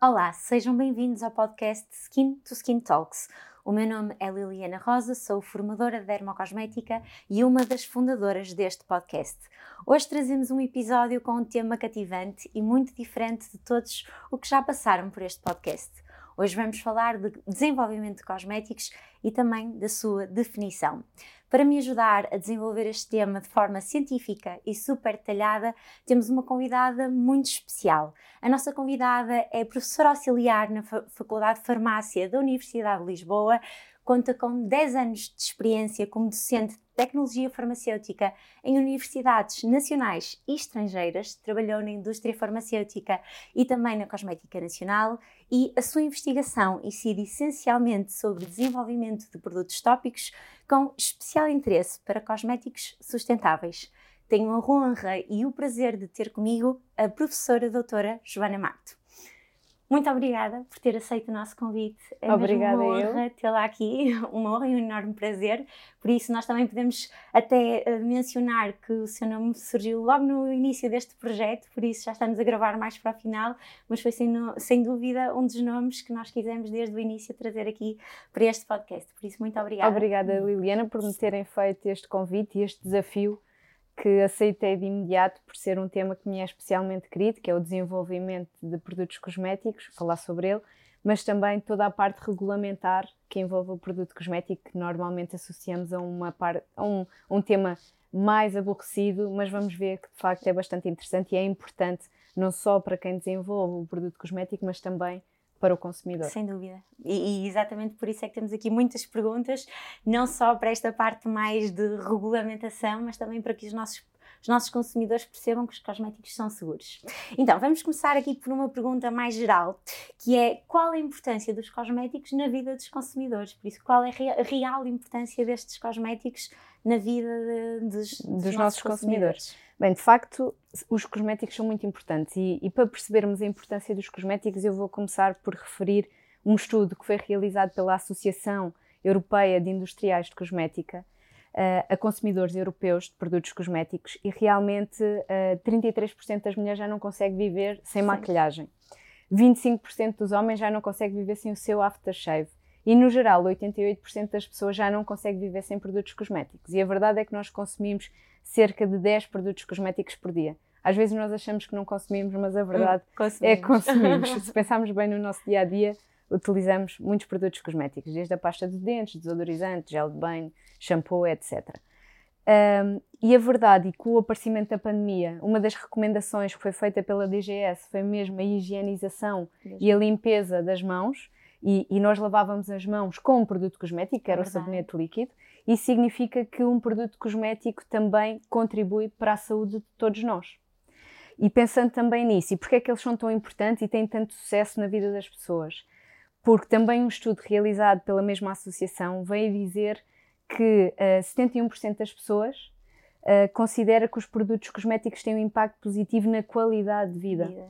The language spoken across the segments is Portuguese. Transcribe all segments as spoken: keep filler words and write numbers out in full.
Olá, sejam bem-vindos ao podcast Skin to Skin Talks. O meu nome é Liliana Rosa, sou formadora de dermocosmética e uma das fundadoras deste podcast. Hoje trazemos um episódio com um tema cativante e muito diferente de todos o que já passaram por este podcast. Hoje vamos falar de desenvolvimento de cosméticos e também da sua definição. Para me ajudar a desenvolver este tema de forma científica e super detalhada, temos uma convidada muito especial. A nossa convidada é professora auxiliar na Faculdade de Farmácia da Universidade de Lisboa, conta com dez anos de experiência como docente de tecnologia farmacêutica em universidades nacionais e estrangeiras, trabalhou na indústria farmacêutica e também na cosmética nacional, e a sua investigação incide essencialmente sobre desenvolvimento de produtos tópicos com especial interesse para cosméticos sustentáveis. Tenho a honra e o prazer de ter comigo a professora doutora Joana Marto. Muito obrigada por ter aceito o nosso convite. É Obrigada, mesmo uma honra tê-la aqui, uma honra e um enorme prazer. Por isso, nós também podemos até uh, mencionar que o seu nome surgiu logo no início deste projeto, por isso já estamos a gravar mais para o final, mas foi sem, no, sem dúvida um dos nomes que nós quisemos desde o início trazer aqui para este podcast. Por isso, muito obrigada. Obrigada, Liliana, por me terem feito este convite e este desafio que aceitei de imediato por ser um tema que me é especialmente querido, que é o desenvolvimento de produtos cosméticos, falar sobre ele, mas também toda a parte regulamentar que envolve o produto cosmético, que normalmente associamos a, uma par, a um, um tema mais aborrecido, mas vamos ver que de facto é bastante interessante e é importante não só para quem desenvolve o produto cosmético, mas também para o consumidor. Sem dúvida. E, e exatamente por isso é que temos aqui muitas perguntas, não só para esta parte mais de regulamentação, mas também para que os nossos, os nossos consumidores percebam que os cosméticos são seguros. Então, vamos começar aqui por uma pergunta mais geral, que é: qual a importância dos cosméticos na vida dos consumidores? Por isso, qual é a real importância destes cosméticos na vida de, dos, dos, dos nossos, nossos consumidores? consumidores? Bem, de facto, os cosméticos são muito importantes e, e para percebermos a importância dos cosméticos eu vou começar por referir um estudo que foi realizado pela Associação Europeia de Industriais de Cosmética uh, a consumidores europeus de produtos cosméticos e realmente uh, trinta e três por cento das mulheres já não conseguem viver sem Sim. maquilhagem, vinte e cinco por cento dos homens já não conseguem viver sem o seu aftershave e, no geral, oitenta e oito por cento das pessoas já não conseguem viver sem produtos cosméticos. E a verdade é que nós consumimos cerca de dez produtos cosméticos por dia. Às vezes nós achamos que não consumimos, mas a verdade hum, é que consumimos. Se pensarmos bem no nosso dia-a-dia, utilizamos muitos produtos cosméticos, desde a pasta de dentes, desodorizante, gel de banho, shampoo, etcétera. Um, e a verdade é que com o aparecimento da pandemia, uma das recomendações que foi feita pela D G S foi mesmo a higienização Mesmo. e a limpeza das mãos, e, e nós lavávamos as mãos com um produto cosmético, que era é o sabonete líquido. Isso significa que um produto cosmético também contribui para a saúde de todos nós. E pensando também nisso, e porque é que eles são tão importantes e têm tanto sucesso na vida das pessoas? Porque também um estudo realizado pela mesma associação veio dizer que uh, setenta e um por cento das pessoas uh, considera que os produtos cosméticos têm um impacto positivo na qualidade de vida. vida.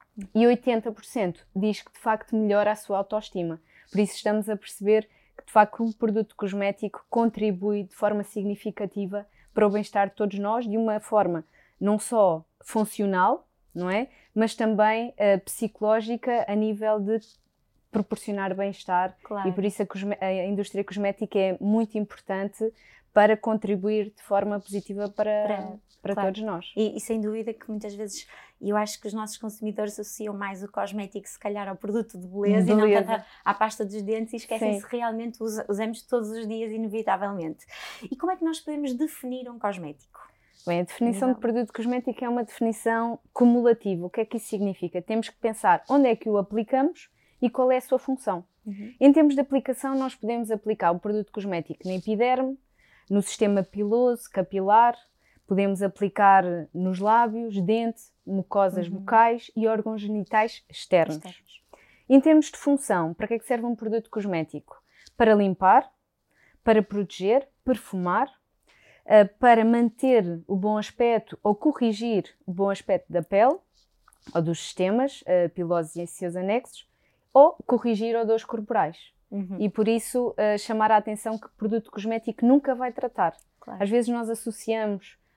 E oitenta por cento diz que de facto melhora a sua autoestima. Por isso estamos a perceber que de facto um produto cosmético contribui de forma significativa para o bem-estar de todos nós, de uma forma não só funcional, não é? Mas também uh, psicológica, a nível de proporcionar bem-estar. Claro. E por isso a, a indústria cosmética é muito importante para contribuir de forma positiva para, para, para claro. todos nós. E, e sem dúvida que muitas vezes, eu acho que os nossos consumidores associam mais o cosmético se calhar ao produto de beleza, beleza. e não tanto à pasta dos dentes, e esquecem-se que realmente usa, usamos todos os dias inevitavelmente. E como é que nós podemos definir um cosmético? Bem, a definição de produto cosmético é uma definição cumulativa. O que é que isso significa? Temos que pensar onde é que o aplicamos e qual é a sua função. Uhum. Em termos de aplicação, nós podemos aplicar o produto cosmético na epiderme, no sistema piloso, capilar, podemos aplicar nos lábios, dente, mucosas uhum. bucais e órgãos genitais externos. externos. Em termos de função, para que é que serve um produto cosmético? Para limpar, para proteger, perfumar, uh, para manter o bom aspecto ou corrigir o bom aspecto da pele ou dos sistemas uh, pilosos e seus anexos, ou corrigir odores corporais. Uhum. E por isso uh, chamar a atenção que produto cosmético nunca vai tratar. Claro. Às vezes nós associamos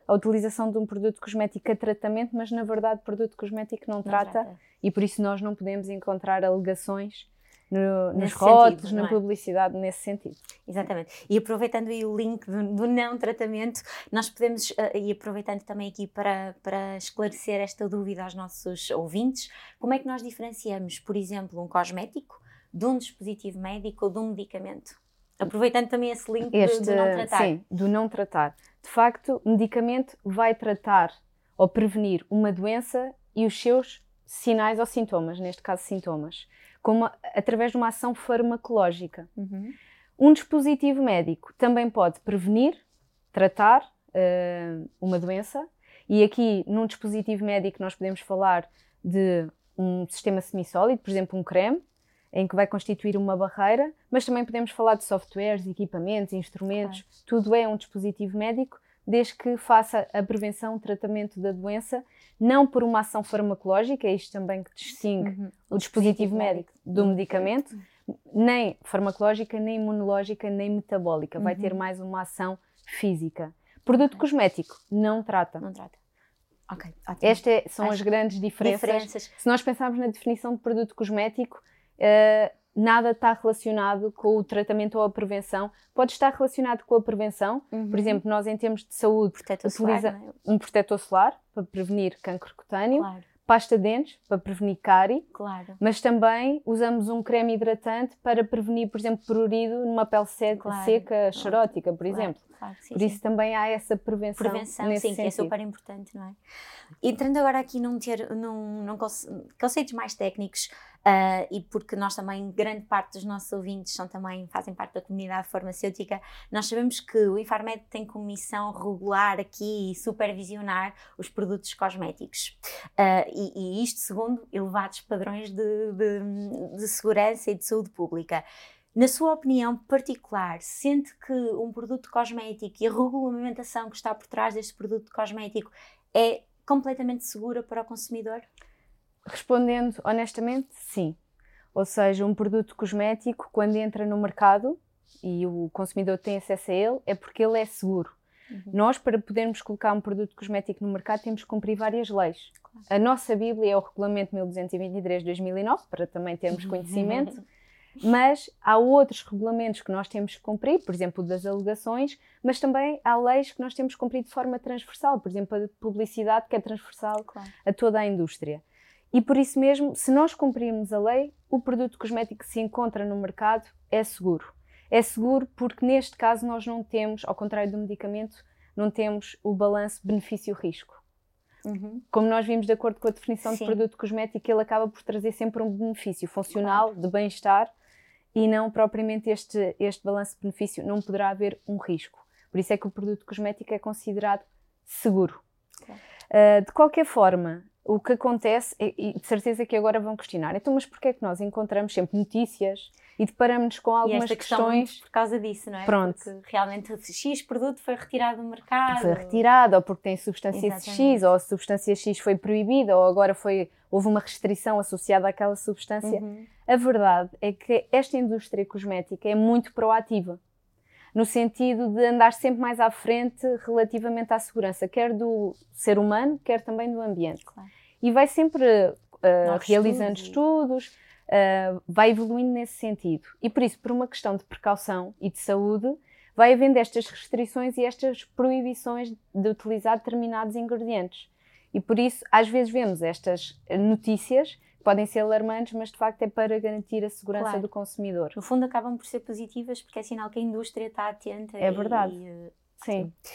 a utilização de um produto cosmético a tratamento, mas na verdade produto cosmético não, não trata, trata e por isso nós não podemos encontrar alegações no, nos rótulos, na publicidade nesse sentido. Exatamente. E aproveitando aí o link do, do não tratamento, nós podemos, uh, e aproveitando também aqui para, para esclarecer esta dúvida aos nossos ouvintes, como é que nós diferenciamos, por exemplo, um cosmético de um dispositivo médico ou de um medicamento? Aproveitando também esse link este, do, do não tratar. Sim, do não tratar. De facto, o medicamento vai tratar ou prevenir uma doença e os seus sinais ou sintomas, neste caso sintomas, como a, através de uma ação farmacológica. Uhum. Um dispositivo médico também pode prevenir, tratar uh, uma doença, e aqui num dispositivo médico nós podemos falar de um sistema semissólido, por exemplo um creme, em que vai constituir uma barreira, mas também podemos falar de softwares, equipamentos, instrumentos, claro. Tudo é um dispositivo médico, desde que faça a prevenção, o tratamento da doença, não por uma ação farmacológica, é isto também que distingue uhum. o, o dispositivo, dispositivo médico do medicamento, nem farmacológica, nem imunológica, nem metabólica, uhum. vai ter mais uma ação física. Produto okay. cosmético, não trata. Não trata. Ok, ótimo. Estas é, são Acho as grandes diferenças. diferenças. Se nós pensarmos na definição de produto cosmético, Uh, nada está relacionado com o tratamento ou a prevenção. Pode estar relacionado com a prevenção. Uhum. Por exemplo, nós em termos de saúde protetor utiliza solar, é? um protetor solar para prevenir cancro cutâneo, claro. Pasta de dentes para prevenir cárie, claro. Mas também usamos um creme hidratante para prevenir, por exemplo, prurido numa pele seca, claro. seca xerótica, por claro. exemplo. Claro, sim, por sim. isso também há essa prevenção, prevenção nesse sim, sentido. Que é super importante, não é? Entrando agora aqui num, ter, num, num conceitos mais técnicos, uh, e porque nós também, grande parte dos nossos ouvintes são também, fazem parte da comunidade farmacêutica, nós sabemos que o Infarmed tem como missão regular aqui e supervisionar os produtos cosméticos. Uh, e, e isto segundo elevados padrões de, de, de segurança e de saúde pública. Na sua opinião particular, sente que um produto cosmético e a regulamentação que está por trás deste produto cosmético é completamente segura para o consumidor? Respondendo honestamente, sim. Ou seja, um produto cosmético, quando entra no mercado e o consumidor tem acesso a ele, é porque ele é seguro. Uhum. Nós, para podermos colocar um produto cosmético no mercado, temos que cumprir várias leis. Claro. A nossa Bíblia é o Regulamento mil duzentos e vinte e três de dois mil e nove, para também termos conhecimento. Mas há outros regulamentos que nós temos que cumprir, por exemplo, das alegações, mas também há leis que nós temos que cumprir de forma transversal, por exemplo, a de publicidade, que é transversal claro. A toda a indústria. E por isso mesmo, se nós cumprirmos a lei, o produto cosmético que se encontra no mercado é seguro. É seguro porque, neste caso, nós não temos, ao contrário do medicamento, não temos o balanço benefício-risco. Uhum. Como nós vimos, de acordo com a definição Sim. de produto cosmético, ele acaba por trazer sempre um benefício funcional, claro. De bem-estar, e não propriamente este, este balanço-benefício, não poderá haver um risco. Por isso é que o produto cosmético é considerado seguro. Claro. Uh, de qualquer forma, o que acontece, e de certeza que agora vão questionar, então mas porquê é que nós encontramos sempre notícias e deparamos-nos com algumas e esta questões... por causa disso, não é? Pronto. Porque realmente X produto foi retirado do mercado. Foi retirado, ou porque tem substância Exatamente. X, ou a substância X foi proibida, ou agora foi, houve uma restrição associada àquela substância. Uhum. A verdade é que esta indústria cosmética é muito proativa, no sentido de andar sempre mais à frente relativamente à segurança, quer do ser humano, quer também do ambiente. Claro. E vai sempre uh, realizando estudos, estudos uh, vai evoluindo nesse sentido. E por isso, por uma questão de precaução e de saúde, vai havendo estas restrições e estas proibições de utilizar determinados ingredientes. E por isso, às vezes vemos estas notícias, que podem ser alarmantes, mas de facto é para garantir a segurança claro. Do consumidor. No fundo acabam por ser positivas, porque é sinal que a indústria está atenta. É verdade. E, uh, sim. sim.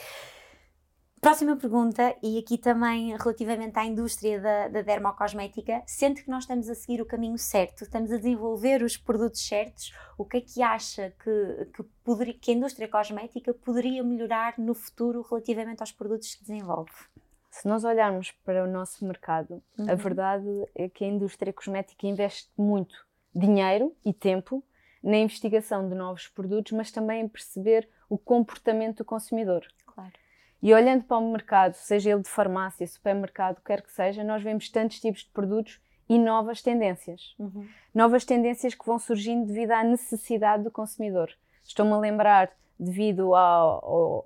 Próxima pergunta, e aqui também relativamente à indústria da, da dermocosmética, sente que nós estamos a seguir o caminho certo, estamos a desenvolver os produtos certos, o que é que acha que, que, poderia, que a indústria cosmética poderia melhorar no futuro relativamente aos produtos que desenvolve? Se nós olharmos para o nosso mercado, uhum. a verdade é que a indústria cosmética investe muito dinheiro e tempo na investigação de novos produtos, mas também em perceber o comportamento do consumidor. Claro. E olhando para o mercado, seja ele de farmácia, supermercado, quer que seja, nós vemos tantos tipos de produtos e novas tendências. Uhum. Novas tendências que vão surgindo devido à necessidade do consumidor. Estou-me a lembrar, devido ao, ao,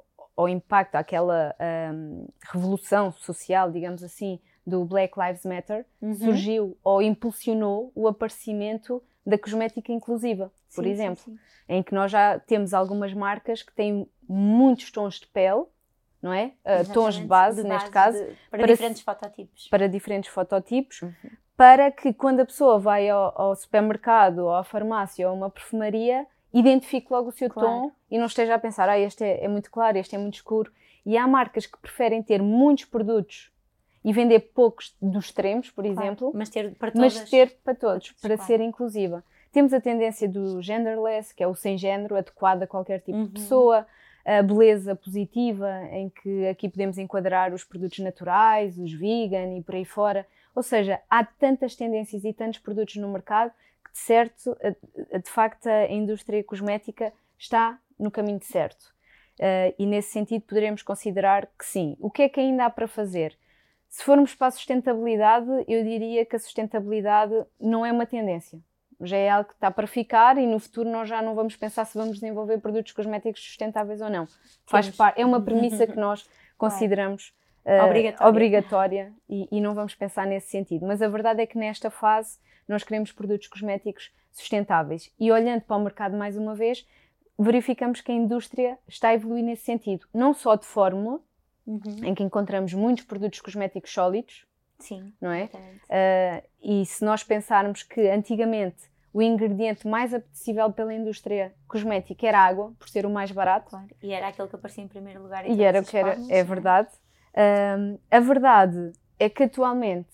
ao impacto, àquela um, revolução social, digamos assim, do Black Lives Matter, uhum. surgiu ou impulsionou o aparecimento da cosmética inclusiva, por sim, exemplo, sim, sim. em que nós já temos algumas marcas que têm muitos tons de pele, não é? Uh, tons de base, de base neste caso, de, para, para diferentes fototipos. Para diferentes fototipos, uhum. para que quando a pessoa vai ao, ao supermercado, ou à farmácia, ou a uma perfumaria, identifique logo o seu claro. tom e não esteja a pensar, ah, este é, é muito claro, este é muito escuro. E há marcas que preferem ter muitos produtos e vender poucos dos extremos, por claro. exemplo, mas ter para, todas, mas ter para todos, todos para claro. ser inclusiva. Temos a tendência do genderless, que é o sem género, adequado a qualquer tipo uhum. de pessoa, a beleza positiva, em que aqui podemos enquadrar os produtos naturais, os vegan e por aí fora. Ou seja, há tantas tendências e tantos produtos no mercado que, de certo, de facto, a indústria cosmética está no caminho certo. Uh, e, nesse sentido, poderemos considerar que sim. O que é que ainda há para fazer? Se formos para a sustentabilidade, eu diria que a sustentabilidade não é uma tendência. Já é algo que está para ficar e no futuro nós já não vamos pensar se vamos desenvolver produtos cosméticos sustentáveis ou não. Faz parte, é uma premissa que nós consideramos uh, obrigatória, obrigatória e, e não vamos pensar nesse sentido. Mas a verdade é que nesta fase nós queremos produtos cosméticos sustentáveis. E olhando para o mercado mais uma vez, verificamos que a indústria está a evoluir nesse sentido. Não só de fórmula, uhum. em que encontramos muitos produtos cosméticos sólidos, sim, não é? Uh, e se nós pensarmos que antigamente o ingrediente mais apetecível pela indústria cosmética era a água, por ser o mais barato. Claro. E era aquele que aparecia em primeiro lugar. E era o que era, é verdade. Uh, a verdade é que atualmente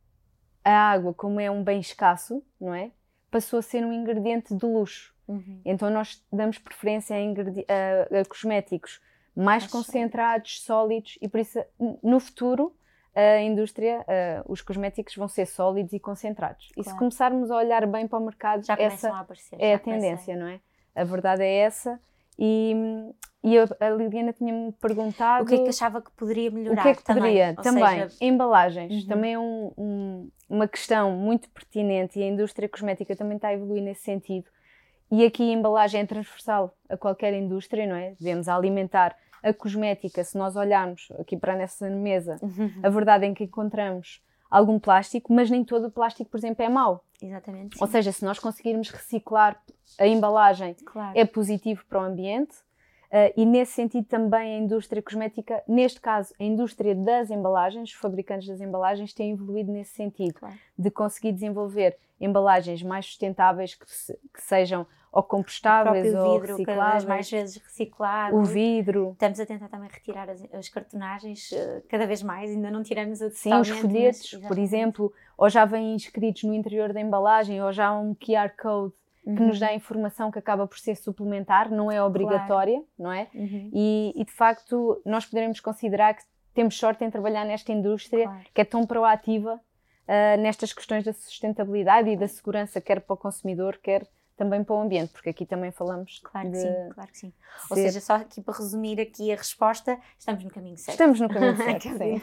a água, como é um bem escasso, não é? Passou a ser um ingrediente de luxo. Uhum. Então nós damos preferência a, ingredi- a, a cosméticos mais Acho concentrados, sólidos, e por isso no futuro a indústria, uh, os cosméticos vão ser sólidos e concentrados. Claro. E se começarmos a olhar bem para o mercado, já essa a aparecer, é a tendência, não é? A verdade é essa. E, e a, a Liliana tinha-me perguntado... O que é que achava que poderia melhorar? O que é que poderia? Também, também seja... embalagens. Uhum. Também é um, um, uma questão muito pertinente e a indústria cosmética também está a evoluir nesse sentido. E aqui a embalagem é transversal a qualquer indústria, não é? Devemos alimentar a cosmética. Se nós olharmos aqui para nessa mesa, uhum. a verdade é que encontramos algum plástico, mas nem todo o plástico, por exemplo, é mau. Exatamente. Ou seja, se nós conseguirmos reciclar a embalagem, claro. é positivo para o ambiente. Uh, e nesse sentido também a indústria cosmética, neste caso a indústria das embalagens, os fabricantes das embalagens têm evoluído nesse sentido, claro. de conseguir desenvolver embalagens mais sustentáveis que, se, que sejam ou compostáveis o ou vidro, recicláveis. Cada vez mais vezes reciclado. O vidro. Estamos a tentar também retirar as, as cartonagens uh, cada vez mais, ainda não tiramos a Sim, os folhetos, mas, por exemplo, ou já vêm inscritos no interior da embalagem, ou já há um Q R Code que uhum. nos dá informação que acaba por ser suplementar, não é obrigatória, claro. não é? Uhum. E, e, de facto, nós poderemos considerar que temos sorte em trabalhar nesta indústria, claro. que é tão proativa uh, nestas questões da sustentabilidade e da segurança, quer para o consumidor, quer também para o ambiente, porque aqui também falamos claro que de... sim, claro que sim. Ou seja, só aqui para resumir aqui a resposta, estamos no caminho certo. Estamos no caminho certo, sim.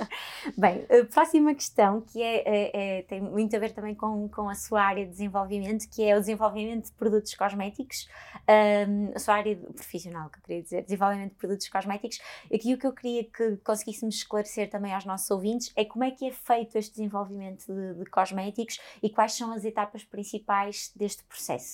Bem, a próxima questão, que é, é, é, tem muito a ver também com, com a sua área de desenvolvimento, que é o desenvolvimento de produtos cosméticos, um, a sua área profissional, que eu queria dizer, desenvolvimento de produtos cosméticos. Aqui o que eu queria que conseguíssemos esclarecer também aos nossos ouvintes é como é que é feito este desenvolvimento de, de cosméticos e quais são as etapas principais deste processo.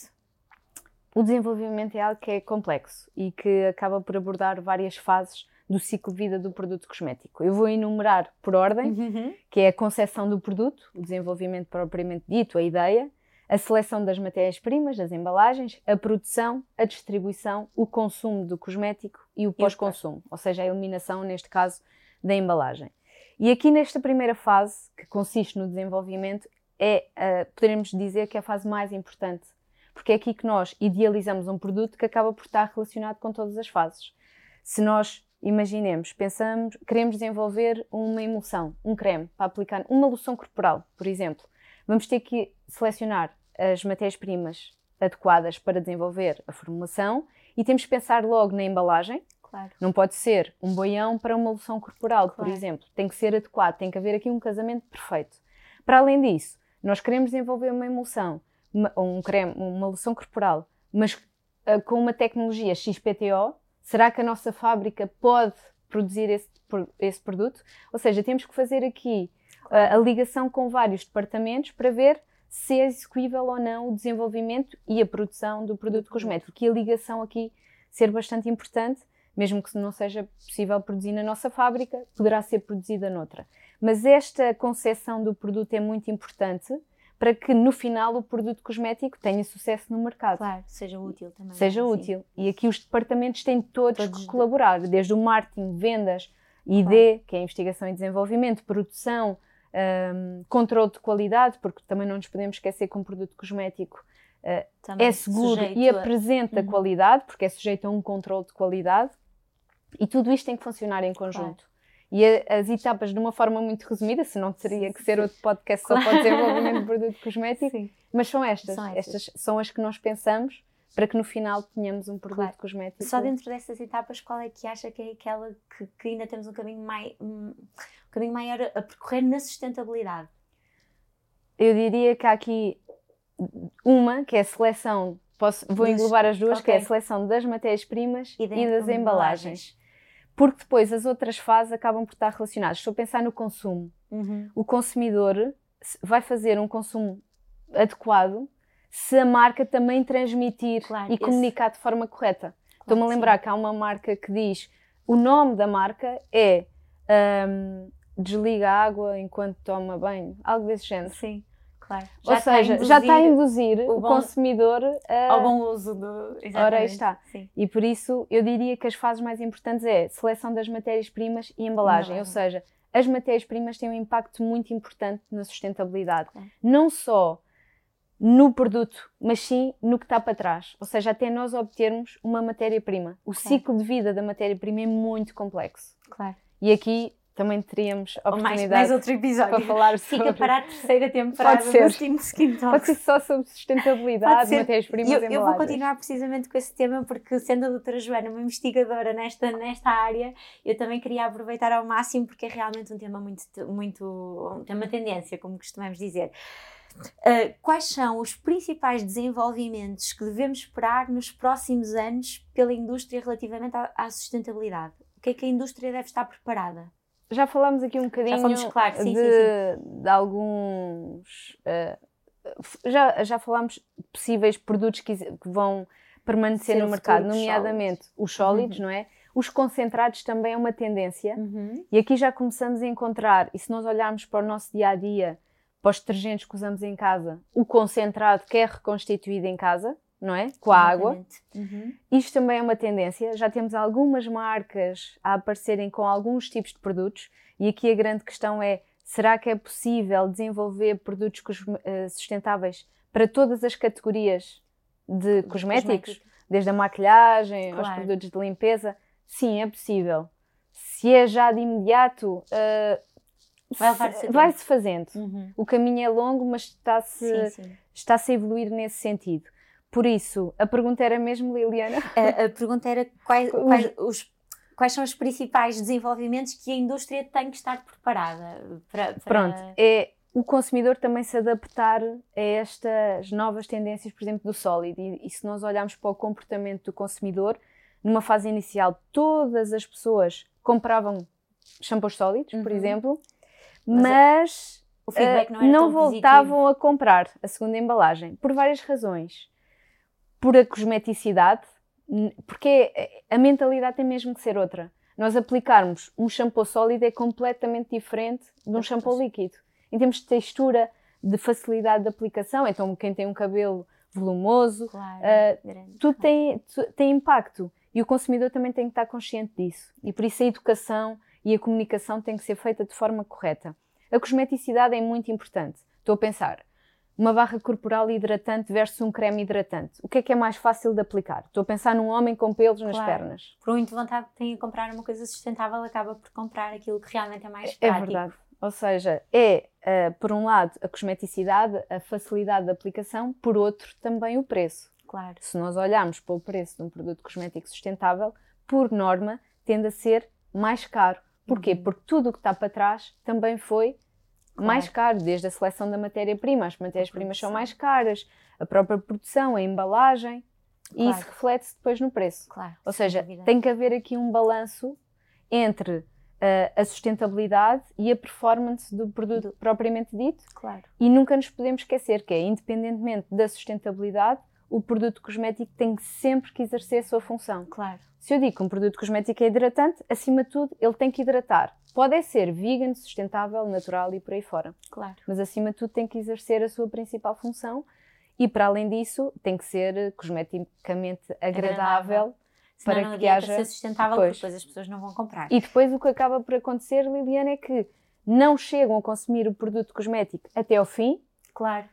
O desenvolvimento é algo que é complexo e que acaba por abordar várias fases do ciclo de vida do produto cosmético. Eu vou enumerar por ordem, uhum. que é a concepção do produto, o desenvolvimento propriamente dito, a ideia, a seleção das matérias-primas, das embalagens, a produção, a distribuição, o consumo do cosmético e o pós-consumo, ou seja, a eliminação, neste caso, da embalagem. E aqui nesta primeira fase, que consiste no desenvolvimento, é, uh, poderemos dizer que é a fase mais importante, porque é aqui que nós idealizamos um produto que acaba por estar relacionado com todas as fases. Se nós, imaginemos, pensamos, queremos desenvolver uma emulsão, um creme para aplicar, uma loção corporal, por exemplo, vamos ter que selecionar as matérias-primas adequadas para desenvolver a formulação e temos que pensar logo na embalagem. Claro. Não pode ser um boião para uma loção corporal, claro. por exemplo. Tem que ser adequado, tem que haver aqui um casamento perfeito. Para além disso, nós queremos desenvolver uma emulsão, uma, um creme, uma loção corporal, mas uh, com uma tecnologia X P T O, Será que a nossa fábrica pode produzir esse, esse produto? Ou seja, temos que fazer aqui uh, a ligação com vários departamentos para ver se é execuível ou não o desenvolvimento e a produção do produto cosmético. E a ligação aqui ser bastante importante, mesmo que não seja possível produzir na nossa fábrica, poderá ser produzida noutra. Mas esta concepção do produto é muito importante para que no final o produto cosmético tenha sucesso no mercado. Claro, seja útil também. Seja útil. Sim. E aqui os departamentos têm todos, todos que colaborar, desde o marketing, vendas, I D, claro. Que é a investigação e desenvolvimento, produção, um, controle de qualidade, porque também não nos podemos esquecer que um produto cosmético uh, é seguro e a... apresenta uhum. qualidade, porque é sujeito a um controle de qualidade, e tudo isto tem que funcionar em conjunto. Claro. E a, as etapas, de uma forma muito resumida, se não teria que ser outro podcast só para o desenvolvimento de produto cosmético, sim. Mas são estas, são estas. Estas são as que nós pensamos para que no final tenhamos um produto claro. Cosmético. Só dentro dessas etapas, qual é que acha que é aquela que, que ainda temos um caminho, mai, um, um caminho maior a percorrer na sustentabilidade? Eu diria que há aqui uma, que é a seleção, posso, vou Dos, englobar as duas, okay. Que é a seleção das matérias-primas e, e das embalagens. embalagens. Porque depois as outras fases acabam por estar relacionadas. Estou a pensar no consumo. Uhum. O consumidor vai fazer um consumo adequado se a marca também transmitir claro, e esse... comunicar de forma correta. Claro, Estou-me a lembrar sim. que há uma marca que diz, o nome da marca é um, desliga a água enquanto toma banho, algo desse género. Sim, claro. Já Ou seja, já está a induzir o, o bom, consumidor a... ao bom uso do... Exatamente. Ora, aí está. Sim. E por isso eu diria que as fases mais importantes é seleção das matérias-primas e embalagem. embalagem. Ou seja, as matérias-primas têm um impacto muito importante na sustentabilidade. É. Não só no produto, mas sim no que está para trás. Ou seja, até nós obtermos uma matéria-prima. O claro. Ciclo de vida da matéria-prima é muito complexo. Claro. E aqui também teríamos a oportunidade mais, mais outro episódio para falar sobre... Fica para a terceira temporada do Skin to Skin Talks. Pode ser só sobre sustentabilidade, matérias-primas e embalagens. Eu vou continuar precisamente com esse tema porque, sendo a doutora Joana uma investigadora nesta, nesta área, eu também queria aproveitar ao máximo porque é realmente um tema muito, muito tem uma tendência, como costumamos dizer. Uh, quais são os principais desenvolvimentos que devemos esperar nos próximos anos pela indústria relativamente à, à sustentabilidade? O que é que a indústria deve estar preparada? Já falámos aqui um bocadinho já fomos, claro, sim, de, sim, sim. de alguns... Uh, já, já falámos de possíveis produtos que, que vão permanecer Ser no mercado, nomeadamente sólidos. Os sólidos, uhum. não é? Os concentrados também é uma tendência. Uhum. E aqui já começamos a encontrar, e se nós olharmos para o nosso dia-a-dia, para os detergentes que usamos em casa, o concentrado que é reconstituído em casa, não é? Com a água. Uhum. Isto também é uma tendência. Já temos algumas marcas a aparecerem com alguns tipos de produtos e aqui a grande questão é, será que é possível desenvolver produtos sustentáveis para todas as categorias de cosméticos? Cosmético. Desde a maquilhagem, claro. Aos produtos de limpeza? Sim, é possível. Se é já de imediato... Uh, Vai-se vai fazendo. Uhum. O caminho é longo, mas está-se, sim, sim. está-se a evoluir nesse sentido. Por isso, a pergunta era mesmo, Liliana? A, a pergunta era quais, quais, os, quais são os principais desenvolvimentos que a indústria tem que estar preparada para... para... Pronto, é o consumidor também se adaptar a estas novas tendências, por exemplo, do sólido. E, e se nós olharmos para o comportamento do consumidor, numa fase inicial, todas as pessoas compravam shampoos sólidos, uhum. por exemplo, mas, mas o feedback não, era não voltavam positivo. A comprar a segunda embalagem, por várias razões. Por a cosmeticidade, porque a mentalidade tem mesmo que ser outra. Nós aplicarmos um shampoo sólido é completamente diferente de um shampoo líquido. Em termos de textura, de facilidade de aplicação, então quem tem um cabelo volumoso, claro, uh, tudo tem, tem impacto. E o consumidor também tem que estar consciente disso. E por isso a educação e a comunicação têm que ser feita de forma correta. A cosmeticidade é muito importante. Estou a pensar, uma barra corporal hidratante versus um creme hidratante. O que é que é mais fácil de aplicar? Estou a pensar num homem com pelos nas claro. Pernas. Por muito vontade que tem de comprar uma coisa sustentável, acaba por comprar aquilo que realmente é mais é, prático. É verdade. Ou seja, é, uh, por um lado, a cosmeticidade, a facilidade de aplicação, por outro, também o preço. Claro. Se nós olharmos para o preço de um produto cosmético sustentável, por norma, tende a ser mais caro. Porquê? Uhum. Porque tudo o que está para trás também foi claro. Mais caro, desde a seleção da matéria-prima. As matérias-primas são mais caras, a própria produção, a embalagem. e isso reflete-se depois no preço. Claro, ou seja, dúvida. Tem que haver aqui um balanço entre uh, a sustentabilidade e a performance do produto do... propriamente dito. Claro. E nunca nos podemos esquecer que é, independentemente da sustentabilidade, o produto cosmético tem sempre que exercer a sua função. Claro. Se eu digo que um produto cosmético é hidratante, acima de tudo, ele tem que hidratar. Pode é ser vegan, sustentável, natural e por aí fora. Claro. Mas acima de tudo tem que exercer a sua principal função e, para além disso, tem que ser cosmeticamente agradável, agradável. para não que haja... ser sustentável, depois. porque depois as pessoas não vão comprar. E depois o que acaba por acontecer, Liliana, é que não chegam a consumir o produto cosmético até ao fim. Claro.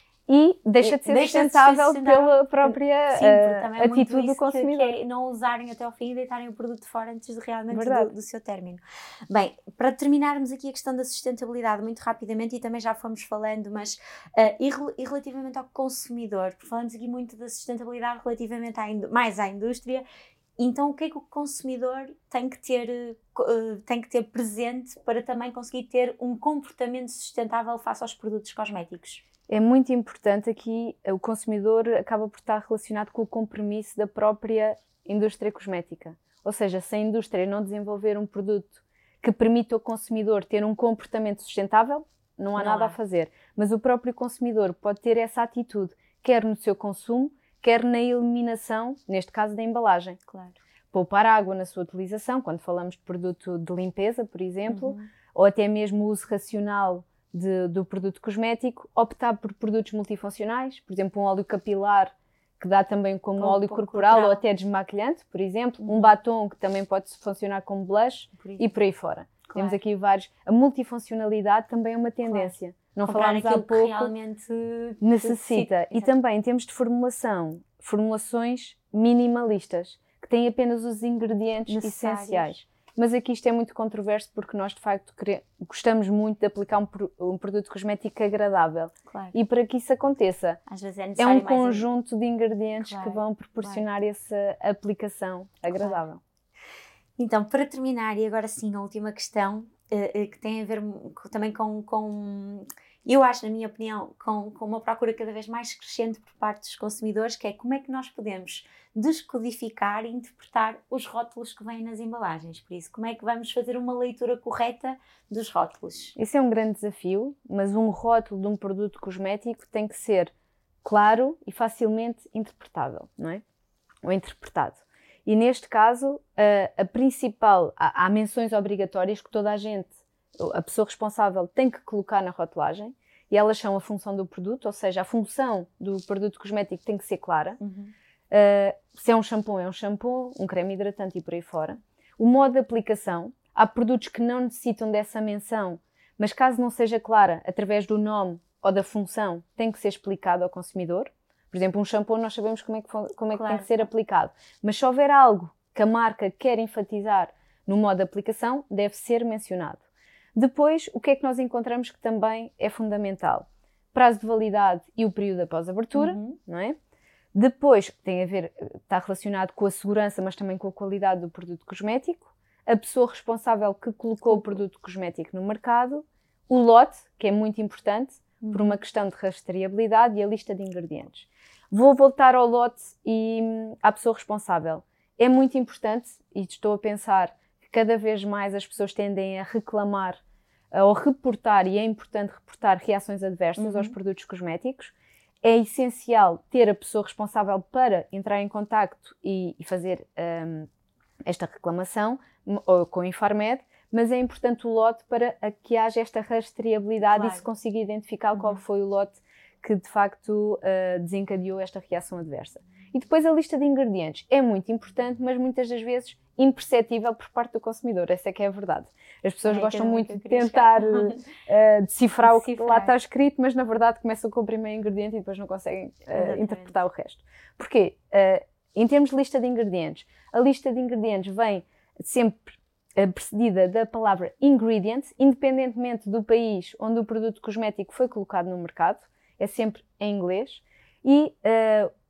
E deixa de ser deixa sustentável, de ser sustentável pela própria Sim, uh, também é atitude do consumidor. Que, que é não usarem até ao fim e deitarem o produto fora antes de realmente do, do seu término. Bem, para terminarmos aqui a questão da sustentabilidade muito rapidamente, e também já fomos falando, mas uh, e, e relativamente ao consumidor, porque falamos aqui muito da sustentabilidade relativamente à, mais à indústria. Então, o que é que o consumidor tem que ter, uh, tem que ter presente para também conseguir ter um comportamento sustentável face aos produtos cosméticos? É muito importante aqui, o consumidor acaba por estar relacionado com o compromisso da própria indústria cosmética. Ou seja, se a indústria não desenvolver um produto que permita ao consumidor ter um comportamento sustentável, não há não nada há. a fazer. Mas o próprio consumidor pode ter essa atitude, quer no seu consumo, quer na eliminação, neste caso da embalagem. Claro. Poupar água na sua utilização, quando falamos de produto de limpeza, por exemplo, uhum. ou até mesmo o uso racional De, do produto cosmético, optar por produtos multifuncionais, por exemplo, um óleo capilar que dá também como um óleo corporal, corporal ou até desmaquilhante, por exemplo, uhum. um batom que também pode funcionar como blush por e por aí fora. Claro. Temos aqui vários. A multifuncionalidade também é uma tendência. Claro. Não Comprar falámos há pouco. Que realmente necessita. E também, em termos de formulação, formulações minimalistas, que têm apenas os ingredientes essenciais. Mas aqui isto é muito controverso porque nós, de facto, queremos, gostamos muito de aplicar um, um produto cosmético agradável. Claro. E para que isso aconteça, Às vezes é, é um conjunto de ingredientes claro. que vão proporcionar claro. essa aplicação agradável. Claro. Então, para terminar, e agora sim, a última questão, uh, que tem a ver também com... com eu acho, na minha opinião, com, com uma procura cada vez mais crescente por parte dos consumidores, que é como é que nós podemos descodificar e interpretar os rótulos que vêm nas embalagens. Por isso, como é que vamos fazer uma leitura correta dos rótulos? Esse é um grande desafio, mas um rótulo de um produto cosmético tem que ser claro e facilmente interpretável, não é? Ou interpretado. E neste caso, a, a principal... Há, há menções obrigatórias que toda a gente... a pessoa responsável tem que colocar na rotulagem e elas são a função do produto, ou seja, a função do produto cosmético tem que ser clara. Uhum. Uh, se é um shampoo, é um shampoo, um creme hidratante e por aí fora. O modo de aplicação, há produtos que não necessitam dessa menção, mas caso não seja clara, através do nome ou da função, tem que ser explicado ao consumidor. Por exemplo, um shampoo nós sabemos como é que, como é que claro. tem que ser aplicado, mas se houver algo que a marca quer enfatizar no modo de aplicação, deve ser mencionado. Depois, o que é que nós encontramos que também é fundamental? Prazo de validade e o período após abertura, uhum. não é? Depois, tem a ver, está relacionado com a segurança, mas também com a qualidade do produto cosmético, a pessoa responsável que colocou o produto cosmético no mercado, o lote, que é muito importante, uhum. por uma questão de rastreabilidade, e a lista de ingredientes. Vou voltar ao lote e à pessoa responsável. É muito importante, e estou a pensar que cada vez mais as pessoas tendem a reclamar ou reportar, e é importante reportar reações adversas uhum. aos produtos cosméticos. É essencial ter a pessoa responsável para entrar em contacto e, e fazer um, esta reclamação ou com o Infarmed, mas é importante o lote para que haja esta rastreabilidade claro. e se consiga identificar uhum. qual foi o lote que de facto uh, desencadeou esta reação adversa. E depois a lista de ingredientes é muito importante, mas muitas das vezes imperceptível por parte do consumidor, essa é que é a verdade. As pessoas é, gostam muito de tentar uh, decifrar, decifrar o que lá está escrito, mas na verdade começam com o primeiro ingrediente e depois não conseguem uh, interpretar o resto. Porquê? Uh, em termos de lista de ingredientes, a lista de ingredientes vem sempre uh, precedida da palavra ingredient, independentemente do país onde o produto cosmético foi colocado no mercado, é sempre em inglês, e uh,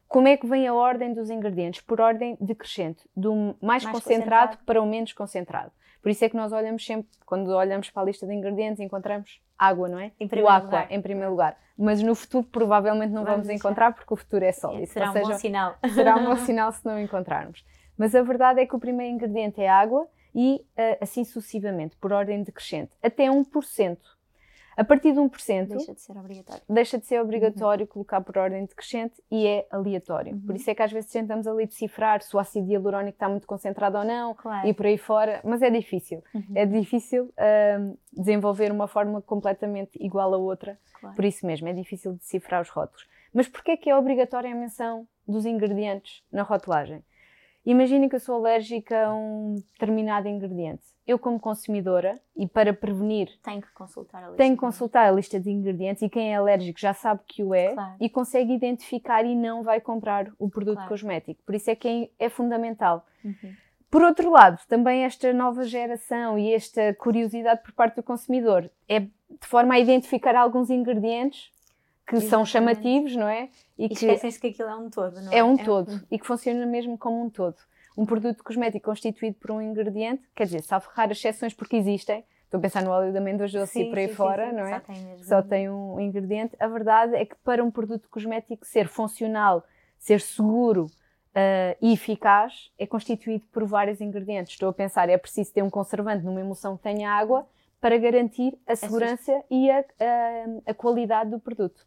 Como é que vem a ordem dos ingredientes? Por ordem decrescente, do mais, Mais concentrado, concentrado para o menos concentrado. Por isso é que nós olhamos sempre, quando olhamos para a lista de ingredientes, encontramos água, não é? Em O primeiro aqua, lugar. em primeiro lugar. Mas no futuro provavelmente não Vamos vamos, deixar. encontrar, porque o futuro é sólido. Será Ou um seja, bom sinal. será um bom sinal se não encontrarmos. Mas a verdade é que o primeiro ingrediente é a água e uh, assim sucessivamente, por ordem decrescente. Até um por cento. A partir de um por cento Deixa de ser obrigatório. deixa de ser obrigatório uhum. colocar por ordem decrescente e é aleatório. Uhum. Por isso é que às vezes tentamos ali decifrar se o ácido hialurónico está muito concentrado ou não, claro. E por aí fora, mas é difícil. Uhum. É difícil uh, desenvolver uma fórmula completamente igual a outra, claro. Por isso mesmo, é difícil decifrar os rótulos. Mas porquê é que é obrigatória a menção dos ingredientes na rotulagem? Imaginem que eu sou alérgica a um determinado ingrediente. Eu, como consumidora, e para prevenir, tenho que consultar a lista, tenho que consultar a lista de ingredientes, e quem é alérgico já sabe que o é, claro. E consegue identificar e não vai comprar o produto claro. Cosmético. Por isso é que é fundamental. Uhum. Por outro lado, também esta nova geração e esta curiosidade por parte do consumidor é de forma a identificar alguns ingredientes que Exatamente. São chamativos, não é? E, e que esquecem-se que aquilo é um todo, não é? É um todo, é. E que funciona mesmo como um todo. Um produto cosmético constituído por um ingrediente, quer dizer, salvo raras exceções porque existem, estou a pensar no óleo de amêndoas doce e por aí sim, fora, sim, sim. Não é? Só tem mesmo. Só tem um ingrediente. A verdade é que para um produto cosmético ser funcional, ser seguro uh, e eficaz, é constituído por vários ingredientes. Estou a pensar, é preciso ter um conservante numa emulsão que tenha água para garantir a segurança é e a, a, a qualidade do produto.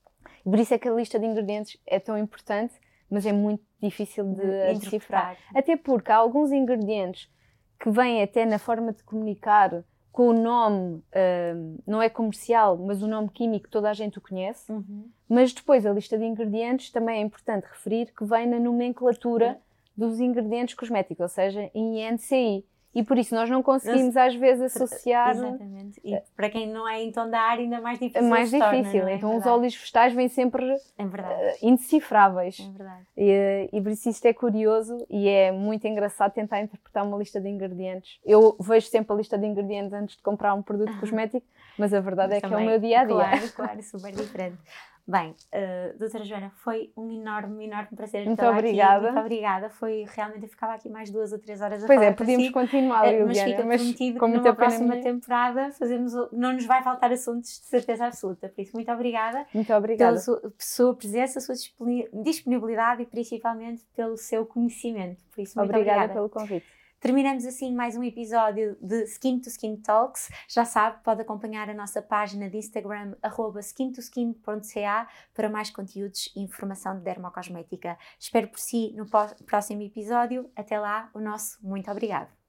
E por isso é que a lista de ingredientes é tão importante, mas é muito difícil de, de decifrar. Até porque há alguns ingredientes que vêm até na forma de comunicar com o nome, uh, não é comercial, mas o nome químico, toda a gente o conhece. Uhum. Mas depois a lista de ingredientes também é importante referir que vem na nomenclatura uhum. dos ingredientes cosméticos, ou seja, em I N C I. E por isso nós não conseguimos às vezes associar... Exatamente. E para quem não é então da área ainda mais difícil. É mais se difícil. Torna, é? Então É os óleos vegetais vêm sempre é uh, indecifráveis. É verdade. E, e por isso isto é curioso e é muito engraçado tentar interpretar uma lista de ingredientes. Eu vejo sempre a lista de ingredientes antes de comprar um produto cosmético, mas a verdade mas é também, que é o meu dia-a-dia. Claro, claro, super diferente. Bem, uh, doutora Joana, foi um enorme, enorme prazer muito obrigada. Aqui. Muito obrigada. Foi realmente, eu ficava aqui mais duas ou três horas a pois falar. Pois é, podíamos si, continuar, Liliana, mas fica mas prometido com que muita numa próxima minha... temporada fazemos, não nos vai faltar assuntos de certeza absoluta. Por isso, muito obrigada. Muito obrigada. Pela sua, sua presença, a sua disponibilidade e principalmente pelo seu conhecimento. Por isso, muito obrigada. obrigada pelo convite. Terminamos assim mais um episódio de Skin to Skin Talks. Já sabe, pode acompanhar a nossa página de Instagram, arroba skin to skin ponto c a, para mais conteúdos e informação de dermocosmética. Espero por si no próximo episódio. Até lá, o nosso muito obrigado.